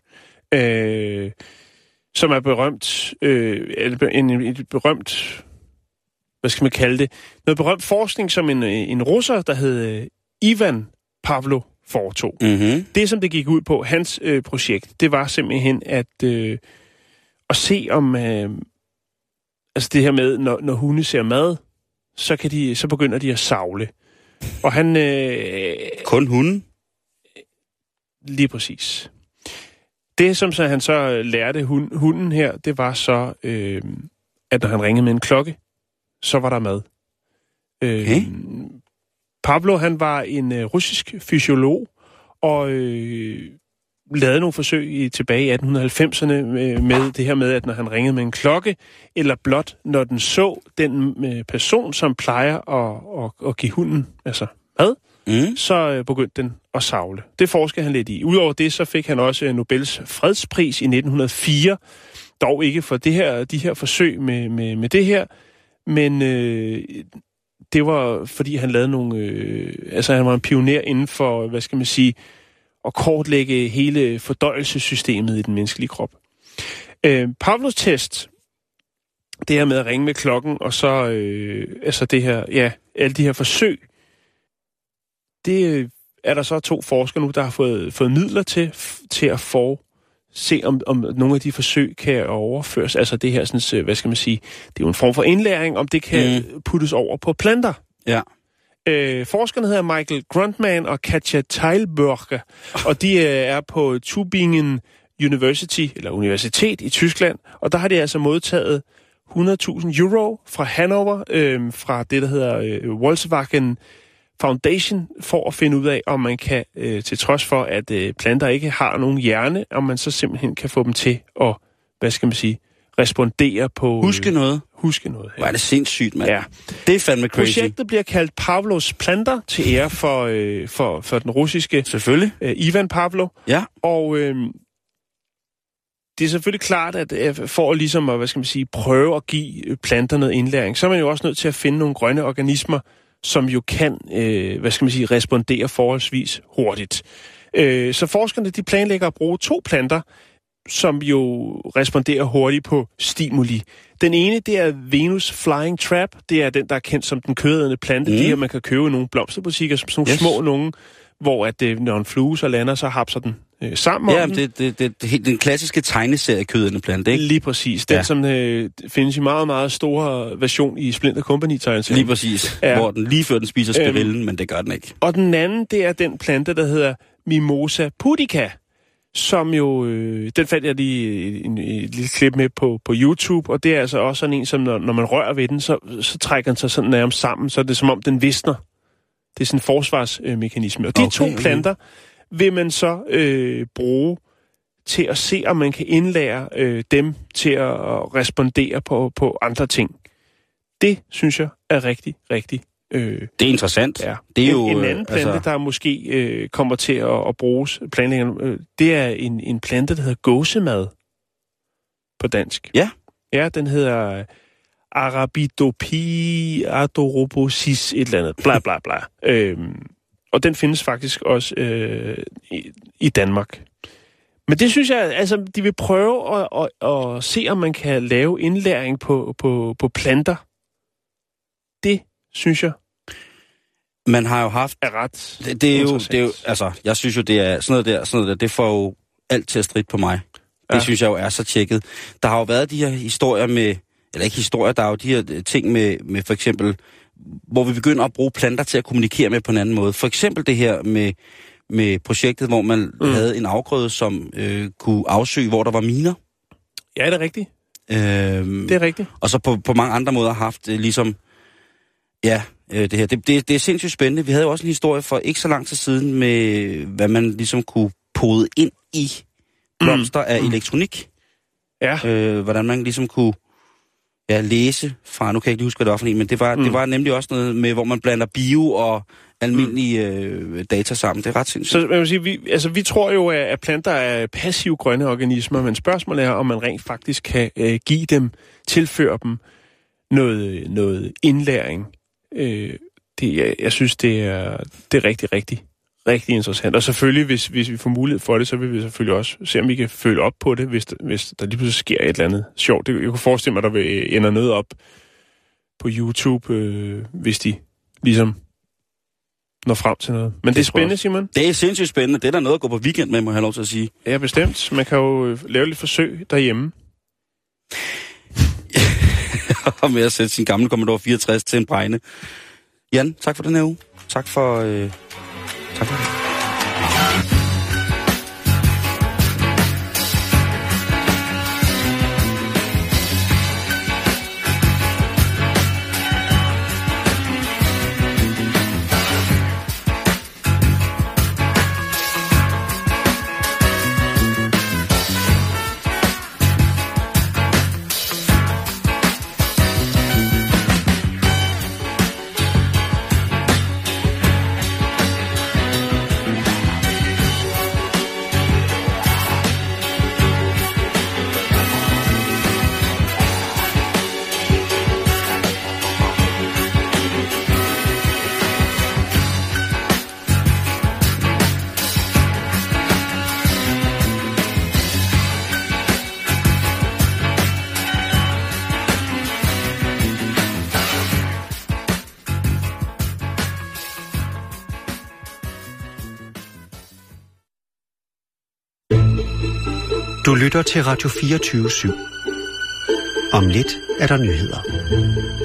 som er berømt, en berømt, hvad skal man kalde det, noget berømt forskning, som en russer, der hed Ivan Pavlov, foretog. Mm-hmm. Det, som det gik ud på, hans projekt, det var simpelthen at se om, altså det her med, når hunde ser mad, så begynder de at savle. Og han... Kun hunden? Lige præcis. Det, som han så lærte hunden her, det var så, at når han ringede med en klokke, så var der mad. Okay. Pavlov, han var en russisk fysiolog, og lavede nogle forsøg tilbage i 1890'erne med det her med, at når han ringede med en klokke, eller blot når den så den person, som plejer at give hunden altså mad, så begyndte den at savle. Det forskede han lidt i. Udover det, så fik han også Nobels fredspris i 1904, dog ikke for de her forsøg med det her, men det var, fordi han lavede nogle... han var en pioner inden for, hvad skal man sige, at kortlægge hele fordøjelsessystemet i den menneskelige krop. Pavlovs test, det her med at ringe med klokken, og så det her, alle de her forsøg, det er der så 2 forskere nu, der har fået midler til at se, om nogle af de forsøg kan overføres. Altså det her, sådan, hvad skal man sige, det er jo en form for indlæring, om det kan puttes over på planter. Ja. Forskerne hedder Michael Grundmann og Katja Teilberger, og de er på Tübingen Universitet i Tyskland, og der har de altså modtaget 100.000 euro fra Hannover, fra det, der hedder Volkswagen Foundation, for at finde ud af, om man kan, til trods for, at planter ikke har nogen hjerne, om man så simpelthen kan få dem til at, hvad skal man sige, respondere på... Huske noget. Ja. Hvor er det sindssygt, mand. Ja. Det er fandme crazy. Projektet bliver kaldt Pavlovs planter til ære for den russiske... Selvfølgelig. Ivan Pavlov. Ja. Og det er selvfølgelig klart, at for ligesom at, hvad skal man sige, prøve at give planter noget indlæring, så er man jo også nødt til at finde nogle grønne organismer, som jo kan, hvad skal man sige, respondere forholdsvis hurtigt. Så forskerne, de planlægger at bruge 2 planter, som jo responderer hurtigt på stimuli. Den ene, det er Venus Flying Trap. Det er den, der er kendt som den kødædende plante. De her, man kan købe i nogle blomsterbutikker, som sådan nogle små nogen, hvor at, når en flue så lander, så hapser den sammen om den. Det er den klassiske tegneserie kødende plante, ikke? Lige præcis. Den, som findes i meget, meget store version i Splinter Company-tegneserien. Lige præcis. Ja. Hvor den lige før den spiser spirillen, men det gør den ikke. Og den anden, det er den plante, der hedder Mimosa pudica, som jo, den fandt jeg lige et lille klip med på YouTube, og det er altså også sådan en, som når man rører ved den, så trækker den sig sådan nærmest sammen, så er det som om den visner. Det er sådan en forsvarsmekanisme. Og de 2 planter vil man så bruge til at se, om man kan indlære dem til at respondere på andre ting. Det, synes jeg, er rigtig, rigtig... det er interessant. Ja. Det er jo, en anden plante, der måske kommer til at bruges, planlæggerne, det er en plante, der hedder gåsemad på dansk. Ja. Ja, den hedder Arabidopsis et eller andet. Bla, bla, bla. Og den findes faktisk også i Danmark. Men det synes jeg, altså, de vil prøve at se, om man kan lave indlæring på planter. Det synes jeg, man har jo haft... er ret det er jo, altså, jeg synes jo, det er sådan noget der, det får jo alt til at stride på mig. Det synes jeg jo er så tjekket. Der har jo været de her historier med, eller ikke historier, der er jo de her ting med for eksempel, hvor vi begynder at bruge planter til at kommunikere med på en anden måde. For eksempel det her med projektet, hvor man havde en afgrøde, som kunne afsøge, hvor der var miner. Ja, det er rigtigt. Det er rigtigt. Og så på mange andre måder haft ligesom... Ja, det her. Det er sindssygt spændende. Vi havde jo også en historie for ikke så lang tid siden med, hvad man ligesom kunne pode ind i blomster af elektronik. Ja. Hvordan man ligesom kunne læse fra, nu kan jeg ikke huske, hvad det var for en, men det var nemlig også noget med, hvor man blander bio og almindelige data sammen. Det er ret sindssygt. Så man vil sige, vi tror jo, at planter er passive grønne organismer, men spørgsmålet er, om man rent faktisk kan give tilføre dem noget indlæring. Jeg synes, det er rigtig, rigtig, rigtig interessant. Og selvfølgelig, hvis vi får mulighed for det, så vil vi selvfølgelig også se, om vi kan følge op på det, hvis der lige pludselig sker et eller andet sjovt. Jeg kunne forestille mig, at der ender noget op på YouTube, hvis de ligesom når frem til noget. Men det er spændende, Simon. Det er sindssygt spændende. Det er der noget at gå på weekend med, må jeg have lov til at sige. Ja, bestemt. Man kan jo lave lidt forsøg derhjemme. Og med at sætte sin gamle Commodore 64 til en bregne. Jan, tak for den her uge. Tak for det. Du lytter til Radio 24/7. Om lidt er der nyheder.